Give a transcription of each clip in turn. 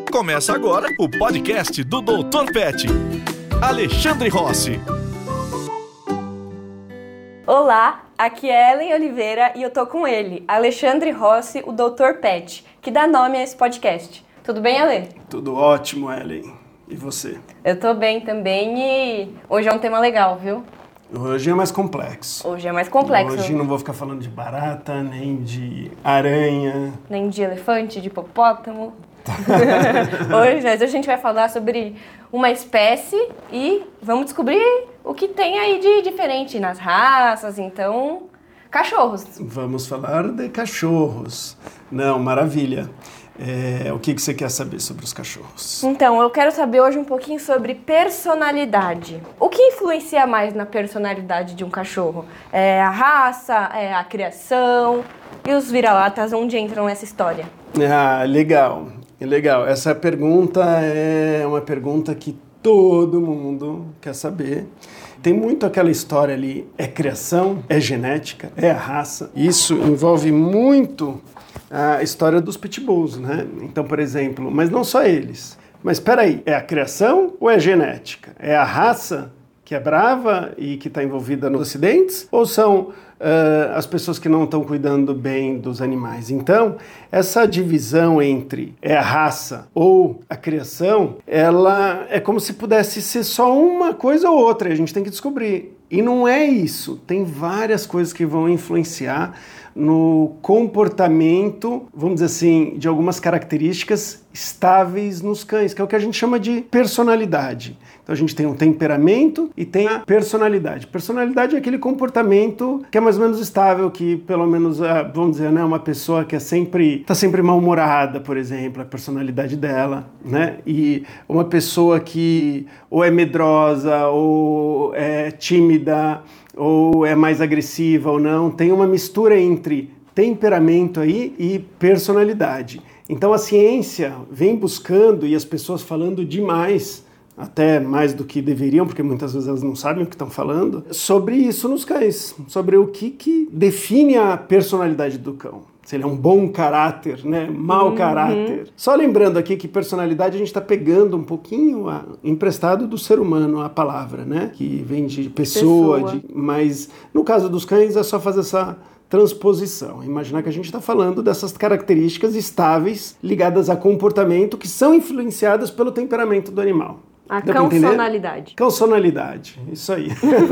Começa agora o podcast do Dr. Pet, Alexandre Rossi. Olá, aqui é Ellen Oliveira e eu tô com ele, Alexandre Rossi, o Dr. Pet, que dá nome a esse podcast. Tudo bem, Ale? Tudo ótimo, Ellen. E você? Eu tô bem também e hoje é um tema legal, viu? Hoje é mais complexo. Hoje Hoje não vou ficar falando de barata, nem de aranha. Nem de elefante, de hipopótamo. Hoje a gente vai falar sobre uma espécie e vamos descobrir o que tem aí de diferente nas raças, então, cachorros. Vamos falar de cachorros. Não, maravilha. O que você quer saber sobre os cachorros? Então, eu quero saber hoje um pouquinho sobre personalidade. O que influencia mais na personalidade de um cachorro? É a raça, é a criação e os vira-latas, onde entram nessa história? Ah, legal. Legal. Essa pergunta é uma pergunta que todo mundo quer saber. Tem muito aquela história ali, é criação, é genética, é a raça. Isso envolve muito a história dos pitbulls, né? Então, por exemplo, mas não só eles. Mas espera aí, é a criação ou é genética? É a raça que é brava e que está envolvida nos acidentes? Ou são as pessoas que não estão cuidando bem dos animais? Então, essa divisão entre é a raça ou a criação, ela é como se pudesse ser só uma coisa ou outra, e a gente tem que descobrir. E não é isso, tem várias coisas que vão influenciar no comportamento, vamos dizer assim, de algumas características estáveis nos cães, que é o que a gente chama de personalidade. Então a gente tem um temperamento e tem a personalidade. Personalidade é aquele comportamento que é mais ou menos estável, que pelo menos, vamos dizer, né, uma pessoa que está sempre mal-humorada, por exemplo, a personalidade dela, né? E uma pessoa que ou é medrosa, ou é tímida, ou é mais agressiva ou não, tem uma mistura entre temperamento aí e personalidade. Então a ciência vem buscando, e as pessoas falando demais, até mais do que deveriam, porque muitas vezes elas não sabem o que estão falando, sobre isso nos cães, sobre o que define a personalidade do cão. Se ele é um bom caráter, né? Mau caráter. Só lembrando aqui que personalidade a gente está pegando um pouquinho emprestado do ser humano, a palavra, né? Que vem de pessoa. Mas no caso dos cães é só fazer essa transposição. Imaginar que a gente está falando dessas características estáveis ligadas a comportamento que são influenciadas pelo temperamento do animal. A cancionalidade. Cancionalidade, isso aí.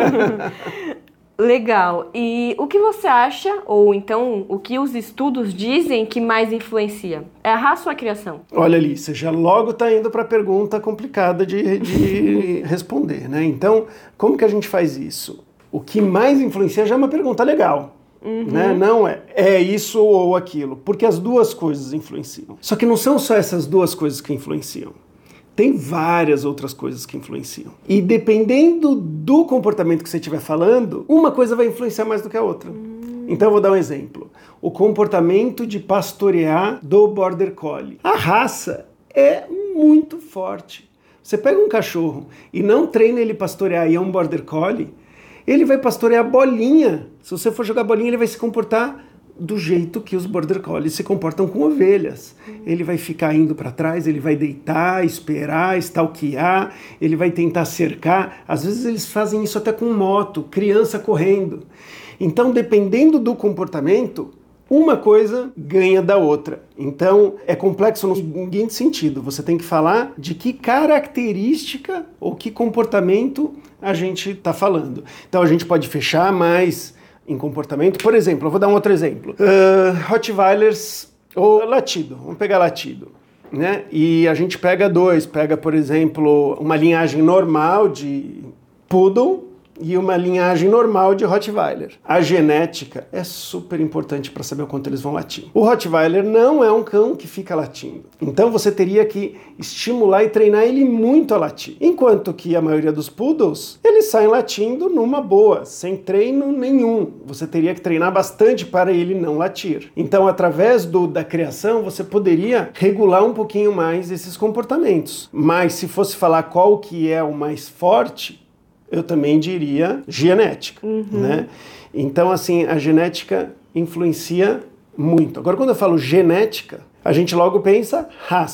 Legal. E o que você acha, ou então o que os estudos dizem que mais influencia? É a raça ou a criação? Olha ali, você já logo está indo para a pergunta complicada de responder, né? Então, como que a gente faz isso? O que mais influencia já é uma pergunta legal. Né? Não é isso ou aquilo, porque as duas coisas influenciam. Só que não são só essas duas coisas que influenciam. Tem várias outras coisas que influenciam. E dependendo do comportamento que você estiver falando, uma coisa vai influenciar mais do que a outra. Então eu vou dar um exemplo. O comportamento de pastorear do Border Collie. A raça é muito forte. Você pega um cachorro e não treina ele pastorear e é um Border Collie, ele vai pastorear bolinha. Se você for jogar bolinha, ele vai se comportar do jeito que os Border Collies se comportam com ovelhas. Ele vai ficar indo para trás, ele vai deitar, esperar, stalkear, ele vai tentar cercar. Às vezes eles fazem isso até com moto, criança correndo. Então, dependendo do comportamento, uma coisa ganha da outra. Então, é complexo no seguinte sentido. Você tem que falar de que característica ou que comportamento a gente está falando. Então, a gente pode fechar mais em comportamento. Por exemplo, eu vou dar um outro exemplo. Rottweilers ou latido. Vamos pegar latido, né? E a gente pega por exemplo, uma linhagem normal de Poodle e uma linhagem normal de Rottweiler. A genética é super importante para saber o quanto eles vão latir. O Rottweiler não é um cão que fica latindo. Então você teria que estimular e treinar ele muito a latir. Enquanto que a maioria dos Poodles, eles saem latindo numa boa, sem treino nenhum. Você teria que treinar bastante para ele não latir. Então, através da criação, você poderia regular um pouquinho mais esses comportamentos. Mas se fosse falar qual que é o mais forte, eu também diria genética, né? Então, assim, a genética influencia muito. Agora, quando eu falo genética, a gente logo pensa raça.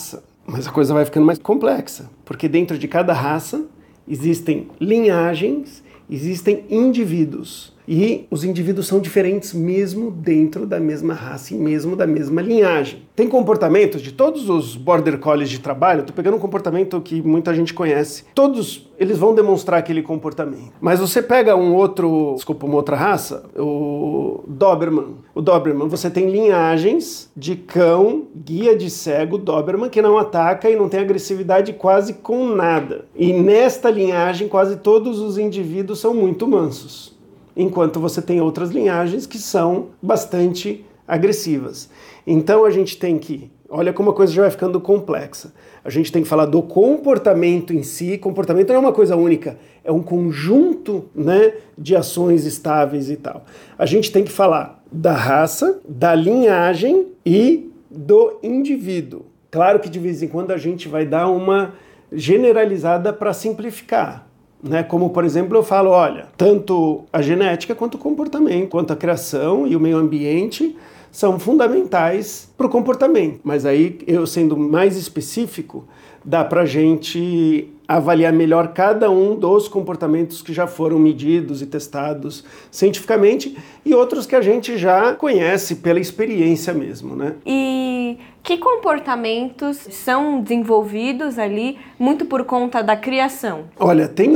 Mas a coisa vai ficando mais complexa, porque dentro de cada raça existem linhagens, existem indivíduos. E os indivíduos são diferentes mesmo dentro da mesma raça e mesmo da mesma linhagem. Tem comportamentos de todos os Border Collies de trabalho, estou pegando um comportamento que muita gente conhece. Todos eles vão demonstrar aquele comportamento. Mas você pega uma outra raça, o Doberman. O Doberman, você tem linhagens de cão, guia de cego, Doberman, que não ataca e não tem agressividade quase com nada. E nesta linhagem, quase todos os indivíduos são muito mansos. Enquanto você tem outras linhagens que são bastante agressivas. Então a gente tem que, olha como a coisa já vai ficando complexa, a gente tem que falar do comportamento em si. Comportamento não é uma coisa única, é um conjunto, né, de ações estáveis e tal. A gente tem que falar da raça, da linhagem e do indivíduo. Claro que de vez em quando a gente vai dar uma generalizada para simplificar. Né? Como, por exemplo, eu falo, olha, tanto a genética quanto o comportamento, quanto a criação e o meio ambiente são fundamentais para o comportamento. Mas aí, eu sendo mais específico, dá para a gente avaliar melhor cada um dos comportamentos que já foram medidos e testados cientificamente e outros que a gente já conhece pela experiência mesmo, né? E que comportamentos são desenvolvidos ali muito por conta da criação? Olha, tem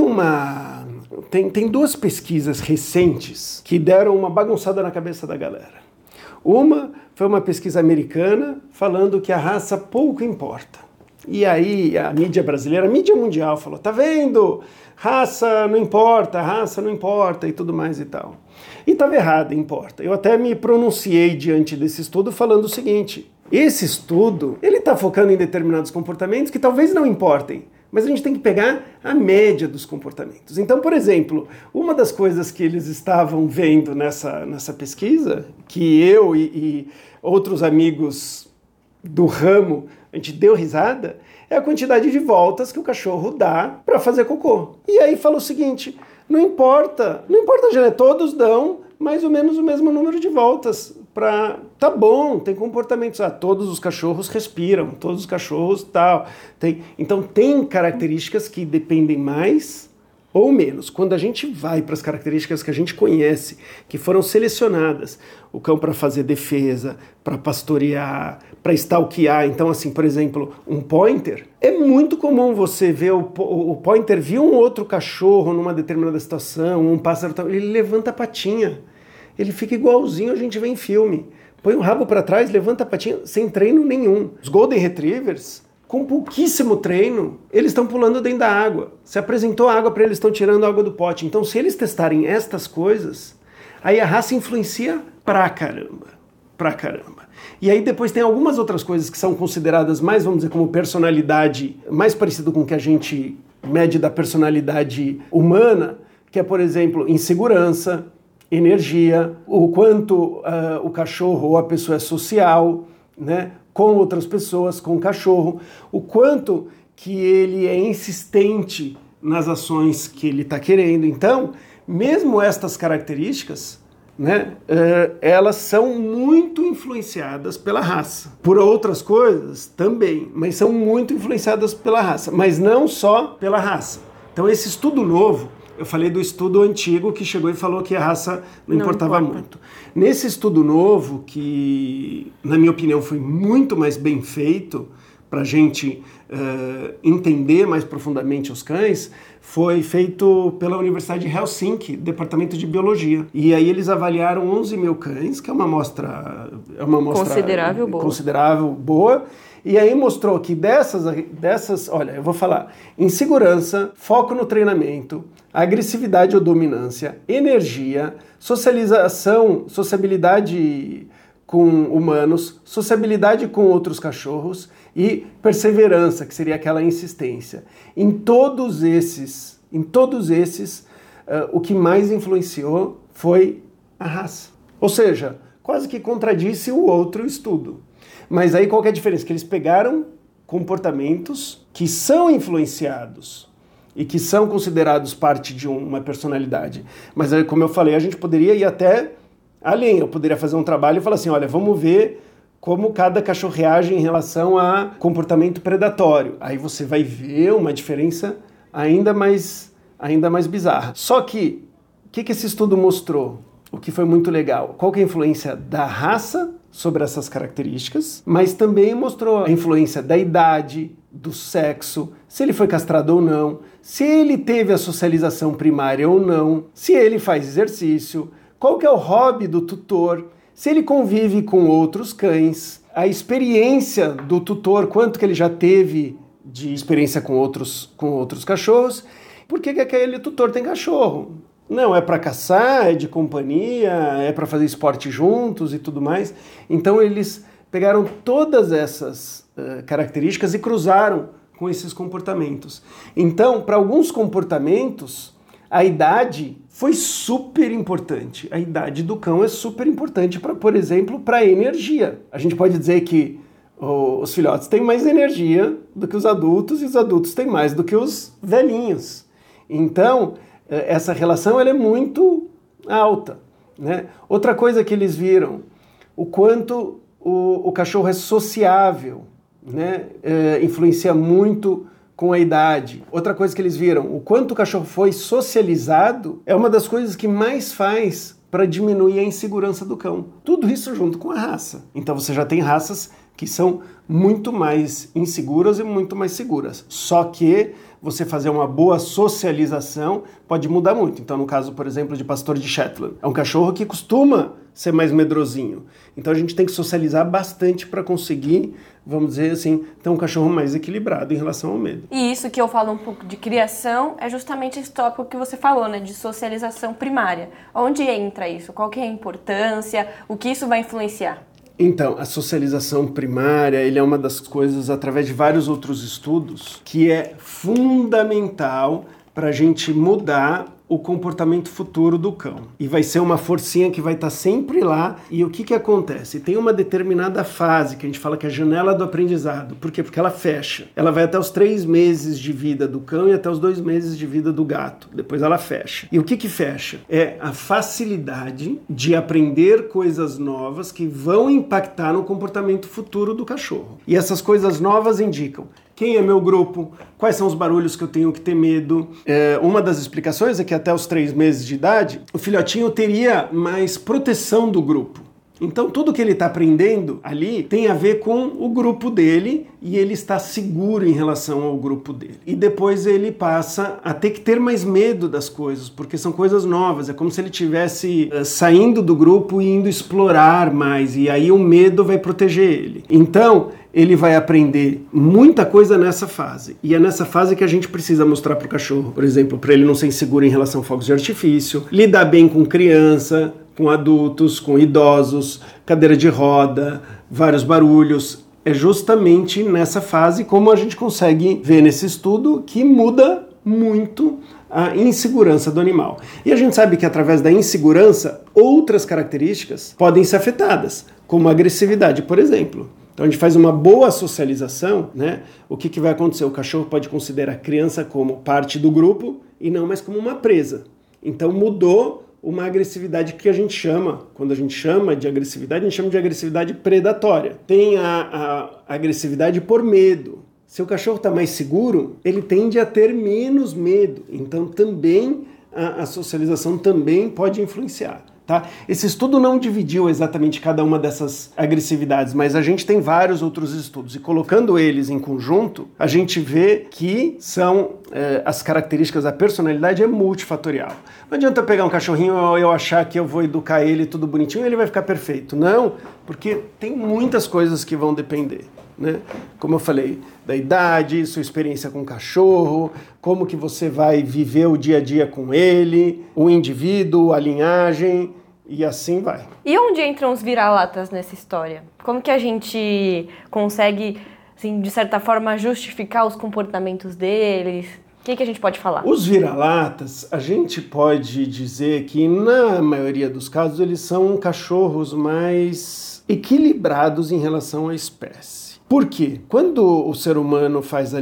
duas pesquisas recentes que deram uma bagunçada na cabeça da galera. Uma foi uma pesquisa americana falando que a raça pouco importa. E aí a mídia brasileira, a mídia mundial falou, tá vendo? Raça não importa e tudo mais e tal. E estava errado, importa. Eu até me pronunciei diante desse estudo falando o seguinte, esse estudo, ele está focando em determinados comportamentos que talvez não importem, mas a gente tem que pegar a média dos comportamentos. Então, por exemplo, uma das coisas que eles estavam vendo nessa pesquisa, que eu e outros amigos do ramo, a gente deu risada, é a quantidade de voltas que o cachorro dá para fazer cocô. E aí falou o seguinte, não importa, todos dão mais ou menos o mesmo número de voltas. Tá bom, tem comportamentos, todos os cachorros respiram, todos os cachorros tal. Então tem características que dependem mais ou menos. Quando a gente vai para as características que a gente conhece, que foram selecionadas, o cão para fazer defesa, para pastorear, para stalkear. Então, assim, por exemplo, um pointer, é muito comum você ver o pointer viu um outro cachorro numa determinada situação, um pássaro, ele levanta a patinha, ele fica igualzinho a gente vê em filme. Põe o rabo para trás, levanta a patinha, sem treino nenhum. Os Golden Retrievers, com pouquíssimo treino, eles estão pulando dentro da água. Se apresentou água para eles, estão tirando a água do pote. Então, se eles testarem estas coisas, aí a raça influencia pra caramba. E aí depois tem algumas outras coisas que são consideradas mais, vamos dizer, como personalidade, mais parecido com o que a gente mede da personalidade humana, que é, por exemplo, insegurança, energia, o quanto o cachorro ou a pessoa é social, né? Com outras pessoas, com o cachorro, o quanto que ele é insistente nas ações que ele está querendo. Então, mesmo estas características, né, elas são muito influenciadas pela raça. Por outras coisas também, mas são muito influenciadas pela raça, mas não só pela raça. Então, esse estudo novo, eu falei do estudo antigo que chegou e falou que a raça não importava muito. Nesse estudo novo, que na minha opinião foi muito mais bem feito, para a gente entender mais profundamente os cães, foi feito pela Universidade de Helsinki, Departamento de Biologia. E aí eles avaliaram 11 mil cães, que é uma amostra considerável boa. E aí mostrou que dessas, olha, eu vou falar, insegurança, foco no treinamento, agressividade ou dominância, energia, sociabilidade com humanos, sociabilidade com outros cachorros e perseverança, que seria aquela insistência. Em todos esses, o que mais influenciou foi a raça. Ou seja, quase que contradisse o outro estudo. Mas aí qual que é a diferença? Que eles pegaram comportamentos que são influenciados e que são considerados parte de uma personalidade. Mas aí, como eu falei, a gente poderia ir até além. Eu poderia fazer um trabalho e falar assim, olha, vamos ver como cada cachorro reage em relação a comportamento predatório. Aí você vai ver uma diferença ainda mais bizarra. Só que, o que esse estudo mostrou? O que foi muito legal? Qual que é a influência da raça sobre essas características, mas também mostrou a influência da idade, do sexo, se ele foi castrado ou não, se ele teve a socialização primária ou não, se ele faz exercício, qual que é o hobby do tutor, se ele convive com outros cães, a experiência do tutor, quanto que ele já teve de experiência com outros cachorros, por que aquele tutor tem cachorro? Não, é para caçar, é de companhia, é para fazer esporte juntos e tudo mais. Então eles pegaram todas essas características e cruzaram com esses comportamentos. Então, para alguns comportamentos, a idade foi super importante. A idade do cão é super importante, por exemplo, para a energia. A gente pode dizer que os filhotes têm mais energia do que os adultos e os adultos têm mais do que os velhinhos. Então, essa relação ela é muito alta, né? Outra coisa que eles viram, o quanto o cachorro é sociável, né? Influencia muito com a idade. Outra coisa que eles viram, o quanto o cachorro foi socializado, é uma das coisas que mais faz para diminuir a insegurança do cão. Tudo isso junto com a raça. Então você já tem raças que são muito mais inseguras e muito mais seguras. Só que você fazer uma boa socialização pode mudar muito. Então, no caso, por exemplo, de pastor de Shetland, é um cachorro que costuma ser mais medrosinho. Então, a gente tem que socializar bastante para conseguir, vamos dizer assim, ter um cachorro mais equilibrado em relação ao medo. E isso que eu falo um pouco de criação é justamente esse tópico que você falou, né, de socialização primária. Onde entra isso? Qual que é a importância? O que isso vai influenciar? Então, a socialização primária, ele é uma das coisas, através de vários outros estudos, que é fundamental para a gente mudar o comportamento futuro do cão. E vai ser uma forcinha que vai estar sempre lá. E o que acontece? Tem uma determinada fase que a gente fala que é a janela do aprendizado. Por quê? Porque ela fecha. Ela vai até os 3 meses de vida do cão e até os 2 meses de vida do gato. Depois ela fecha. E o que fecha? É a facilidade de aprender coisas novas que vão impactar no comportamento futuro do cachorro. E essas coisas novas indicam quem é meu grupo, quais são os barulhos que eu tenho que ter medo. Uma das explicações é que até os 3 meses de idade, o filhotinho teria mais proteção do grupo. Então tudo que ele está aprendendo ali tem a ver com o grupo dele e ele está seguro em relação ao grupo dele. E depois ele passa a ter que ter mais medo das coisas, porque são coisas novas. É como se ele estivesse saindo do grupo e indo explorar mais, e aí o medo vai proteger ele. Então, ele vai aprender muita coisa nessa fase. E é nessa fase que a gente precisa mostrar para o cachorro, por exemplo, para ele não ser inseguro em relação a fogos de artifício, lidar bem com criança, com adultos, com idosos, cadeira de roda, vários barulhos. É justamente nessa fase, como a gente consegue ver nesse estudo, que muda muito a insegurança do animal. E a gente sabe que através da insegurança, outras características podem ser afetadas, como a agressividade, por exemplo. Então a gente faz uma boa socialização, né? O que vai acontecer? O cachorro pode considerar a criança como parte do grupo e não mais como uma presa. Então mudou uma agressividade que a gente chama, quando a gente chama de agressividade, a gente chama de agressividade predatória. Tem a agressividade por medo. Se o cachorro está mais seguro, ele tende a ter menos medo. Então também a socialização também pode influenciar. Tá? Esse estudo não dividiu exatamente cada uma dessas agressividades, mas a gente tem vários outros estudos e colocando eles em conjunto, a gente vê que são as características da personalidade é multifatorial. Não adianta eu pegar um cachorrinho e eu achar que eu vou educar ele tudo bonitinho e ele vai ficar perfeito. Não, porque tem muitas coisas que vão depender. Né? Como eu falei, da idade, sua experiência com o cachorro, como que você vai viver o dia a dia com ele, o indivíduo, a linhagem e assim vai. E onde entram os vira-latas nessa história? Como que a gente consegue, assim, de certa forma, justificar os comportamentos deles? O que a gente pode falar? Os vira-latas, a gente pode dizer que na maioria dos casos eles são cachorros mais equilibrados em relação à espécie. Por quê? Quando o ser humano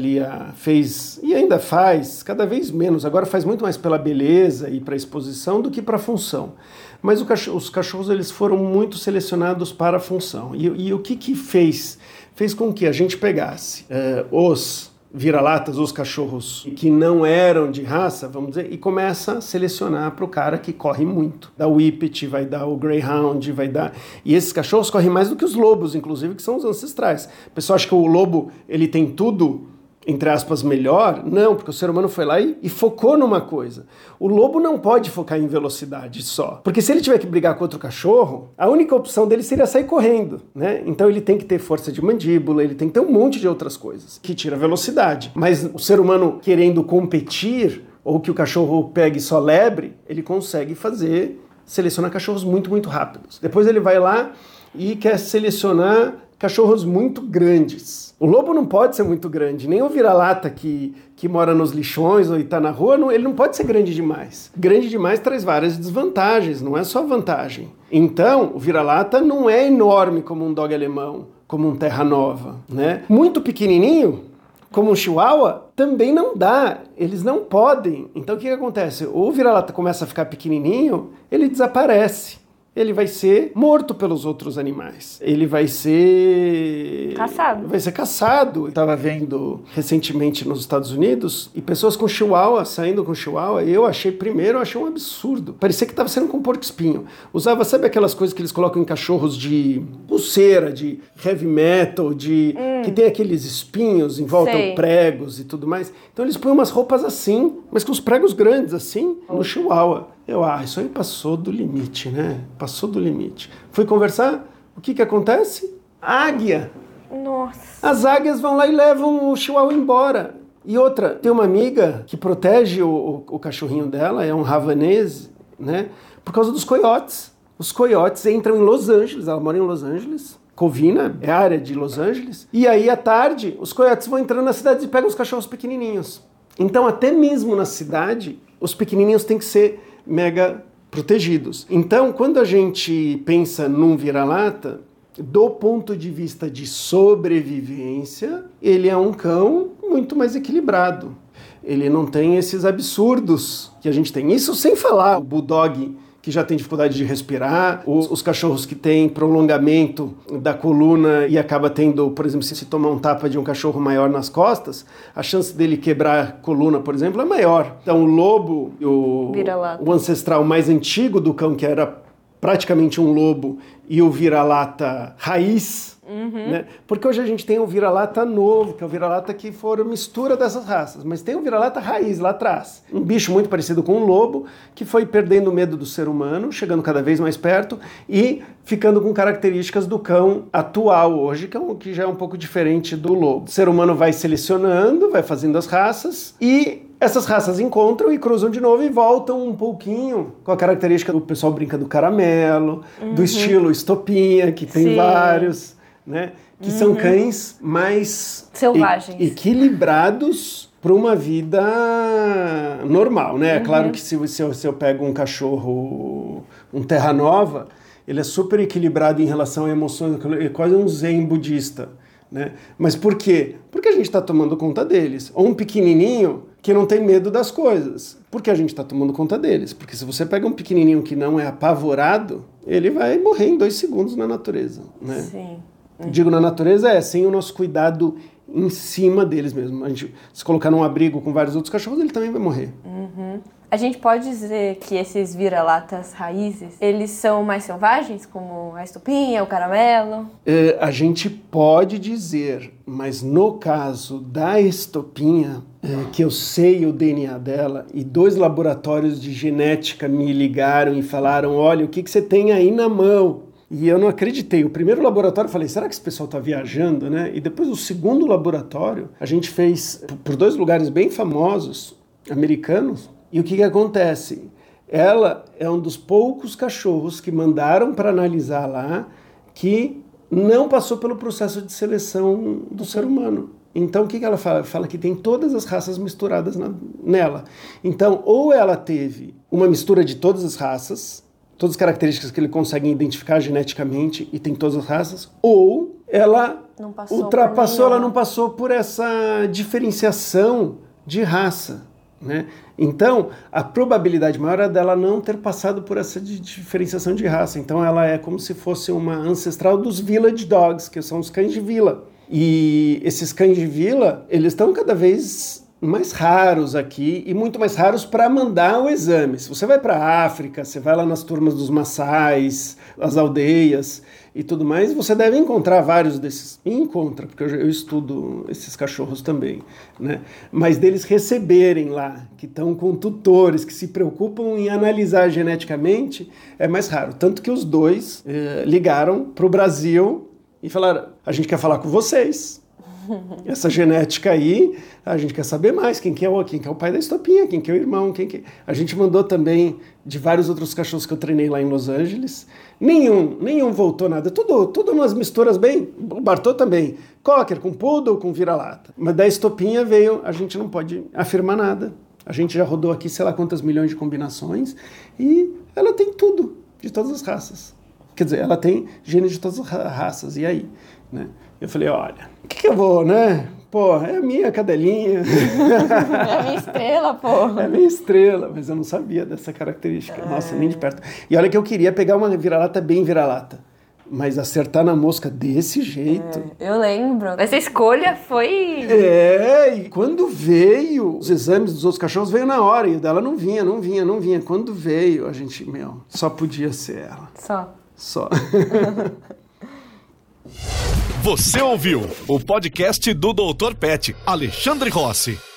fez e ainda faz, cada vez menos, agora faz muito mais pela beleza e para exposição do que para função. Mas os cachorros eles foram muito selecionados para a função. E o que fez? Fez com que a gente pegasse os vira-latas, os cachorros que não eram de raça, vamos dizer, e começa a selecionar para o cara que corre muito. Dá o Whippet, vai dar o Greyhound, vai dar... E esses cachorros correm mais do que os lobos, inclusive, que são os ancestrais. O pessoal acha que o lobo, ele tem tudo, entre aspas, melhor. Não, porque o ser humano foi lá e focou numa coisa. O lobo não pode focar em velocidade só. Porque se ele tiver que brigar com outro cachorro, a única opção dele seria sair correndo, né? Então ele tem que ter força de mandíbula, ele tem que ter um monte de outras coisas que tira a velocidade. Mas o ser humano querendo competir, ou que o cachorro pegue só lebre, ele consegue selecionar cachorros muito, muito rápidos. Depois ele vai lá e quer selecionar cachorros muito grandes. O lobo não pode ser muito grande, nem o vira-lata que mora nos lixões ou está na rua, ele não pode ser grande demais. Grande demais traz várias desvantagens, não é só vantagem. Então, o vira-lata não é enorme como um dog alemão, como um terra nova, né? Muito pequenininho, como um chihuahua, também não dá, eles não podem. Então o que acontece? O vira-lata começa a ficar pequenininho, ele desaparece. Ele vai ser morto pelos outros animais. Ele vai ser... caçado. Vai ser caçado. Eu estava vendo recentemente nos Estados Unidos e pessoas com chihuahua, saindo com chihuahua, eu achei um absurdo. Parecia que estava saindo com porco-espinho. Usava, sabe aquelas coisas que eles colocam em cachorros de pulseira, de heavy metal, que tem aqueles espinhos em volta, pregos e tudo mais. Então eles põem umas roupas assim, mas com os pregos grandes assim, no chihuahua. Isso aí passou do limite, né? Passou do limite. Fui conversar, o que acontece? Águia. Nossa. As águias vão lá e levam o chihuahua embora. E outra, tem uma amiga que protege o cachorrinho dela, é um havanês, né? Por causa dos coiotes. Os coiotes entram em Los Angeles, ela mora em Los Angeles. Covina é a área de Los Angeles. E aí, à tarde, os coiotes vão entrando na cidade e pegam os cachorros pequenininhos. Então, até mesmo na cidade, os pequenininhos têm que ser mega protegidos. Então, quando a gente pensa num vira-lata, do ponto de vista de sobrevivência, ele é um cão muito mais equilibrado. Ele não tem esses absurdos que a gente tem. Isso sem falar o bulldog, que já tem dificuldade de respirar, os cachorros que têm prolongamento da coluna e acaba tendo, por exemplo, se tomar um tapa de um cachorro maior nas costas, a chance dele quebrar a coluna, por exemplo, é maior. Então o lobo, o ancestral mais antigo do cão, que era praticamente um lobo, e o vira-lata raiz, né? Porque hoje a gente tem o vira-lata novo, que é o vira-lata que for mistura dessas raças, mas tem o vira-lata raiz lá atrás. Um bicho muito parecido com um lobo, que foi perdendo o medo do ser humano, chegando cada vez mais perto e ficando com características do cão atual hoje, que já é um pouco diferente do lobo. O ser humano vai selecionando, vai fazendo as raças e essas raças encontram e cruzam de novo e voltam um pouquinho com a característica do pessoal brinca do caramelo, do estilo estopinha, que tem vários, né? Que são cães mais selvagens, equilibrados para uma vida normal, né? É claro que se eu pego um cachorro, um terra nova, ele é super equilibrado em relação a emoções, é quase um zen budista, né? Mas por quê? Porque a gente está tomando conta deles. Ou um pequenininho que não tem medo das coisas. Porque a gente está tomando conta deles. Porque se você pega um pequenininho que não é apavorado, ele vai morrer em 2 segundos na natureza, né? Sim. Digo na natureza sem o nosso cuidado em cima deles mesmo. A gente, se colocar num abrigo com vários outros cachorros, ele também vai morrer. A gente pode dizer que esses vira-latas raízes, eles são mais selvagens, como a estopinha, o caramelo? A gente pode dizer, mas no caso da estopinha, que eu sei o DNA dela, e 2 laboratórios de genética me ligaram e falaram, olha, o que você tem aí na mão? E eu não acreditei. O primeiro laboratório, eu falei, será que esse pessoal está viajando, né? E depois o segundo laboratório, a gente fez por 2 lugares bem famosos, americanos. E o que acontece? Ela é um dos poucos cachorros que mandaram para analisar lá que não passou pelo processo de seleção do ser humano. Então, o que ela fala? Fala que tem todas as raças misturadas nela. Então, ou ela teve uma mistura de todas as raças, todas as características que ele consegue identificar geneticamente e tem todas as raças, ou ela Não passou ultrapassou, por ela não passou por essa diferenciação de raça, né? Então, a probabilidade maior é dela não ter passado por essa diferenciação de raça. Então, ela é como se fosse uma ancestral dos village dogs, que são os cães de vila. E esses cães de vila, eles estão cada vez mais raros aqui e muito mais raros para mandar o exame. Se você vai para a África, você vai lá nas turmas dos Maçais, as aldeias e tudo mais, você deve encontrar vários desses. E encontra, porque eu estudo esses cachorros também, né? Mas deles receberem lá, que estão com tutores, que se preocupam em analisar geneticamente, é mais raro. Tanto que os dois ligaram para o Brasil e falaram, a gente quer falar com vocês. Essa genética aí, a gente quer saber mais, quem que é o pai da Estopinha, quem que é o irmão, A gente mandou também de vários outros cachorros que eu treinei lá em Los Angeles, nenhum voltou nada, tudo umas misturas bem, o Bartô também, Cocker com Poodle, com vira-lata, mas da Estopinha veio, a gente não pode afirmar nada, a gente já rodou aqui sei lá quantas milhões de combinações e ela tem tudo, de todas as raças, quer dizer, ela tem genes de todas as raças, e aí, né? Eu falei, olha, o que eu vou, né? Pô, é a minha cadelinha. É a minha estrela, pô. É a minha estrela, mas eu não sabia dessa característica. Nossa, nem de perto. E olha que eu queria pegar uma vira-lata bem vira-lata. Mas acertar na mosca desse jeito... Eu lembro. Essa escolha foi... E quando veio, os exames dos outros cachorros veio na hora. E o dela não vinha. Quando veio, a gente, só podia ser ela. Só. Você ouviu o podcast do Dr. Pet, Alexandre Rossi.